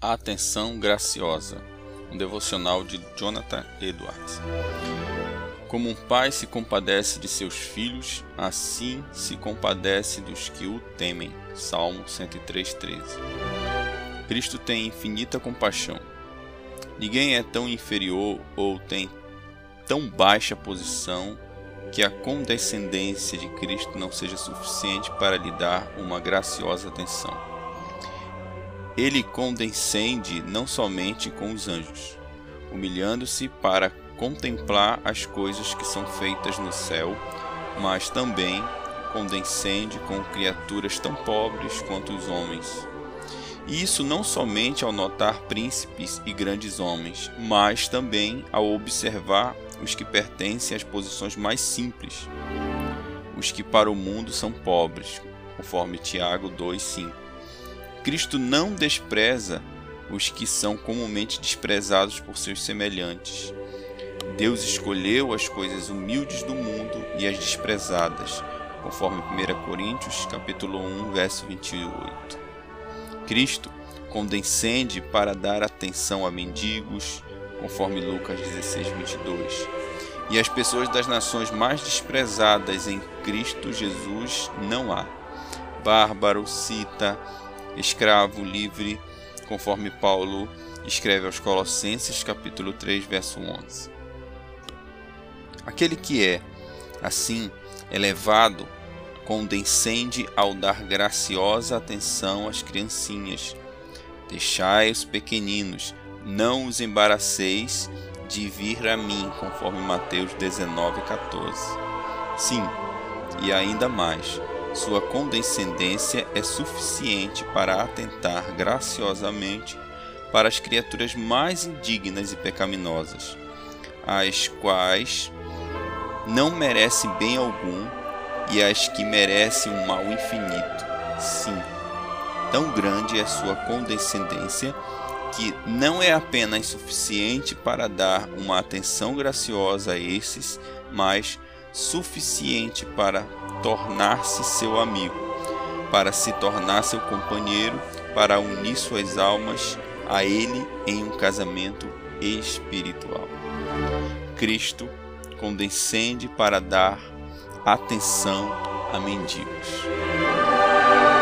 Atenção Graciosa, um devocional de Jonathan Edwards. Como um pai se compadece de seus filhos, assim se compadece dos que o temem. Salmo 103:13. Cristo tem infinita compaixão. Ninguém é tão inferior ou tem tão baixa posição que a condescendência de Cristo não seja suficiente para lhe dar uma graciosa atenção. Ele condescende não somente com os anjos, humilhando-se para contemplar as coisas que são feitas no céu, mas também condescende com criaturas tão pobres quanto os homens. E isso não somente ao notar príncipes e grandes homens, mas também ao observar os que pertencem às posições mais simples, os que para o mundo são pobres, conforme Tiago 2:5. Cristo não despreza os que são comumente desprezados por seus semelhantes. Deus escolheu as coisas humildes do mundo e as desprezadas, conforme 1 Coríntios capítulo 1, verso 28. Cristo condescende para dar atenção a mendigos, conforme Lucas 16:22. E as pessoas das nações mais desprezadas em Cristo Jesus não há. Bárbaro, cita, escravo, livre, conforme Paulo escreve aos Colossenses capítulo 3, verso 11. Aquele que é, assim, elevado, condescende ao dar graciosa atenção às criancinhas. Deixai os pequeninos, não os embaraceis de vir a mim, conforme Mateus 19:14. Sim, e ainda mais, sua condescendência é suficiente para atentar graciosamente para as criaturas mais indignas e pecaminosas, as quais não merecem bem algum e as que merecem um mal infinito. Sim, tão grande é sua condescendência que não é apenas suficiente para dar uma atenção graciosa a esses, mas suficiente para tornar-se seu amigo, para se tornar seu companheiro, para unir suas almas a ele em um casamento espiritual. Cristo condescende para dar atenção a mendigos.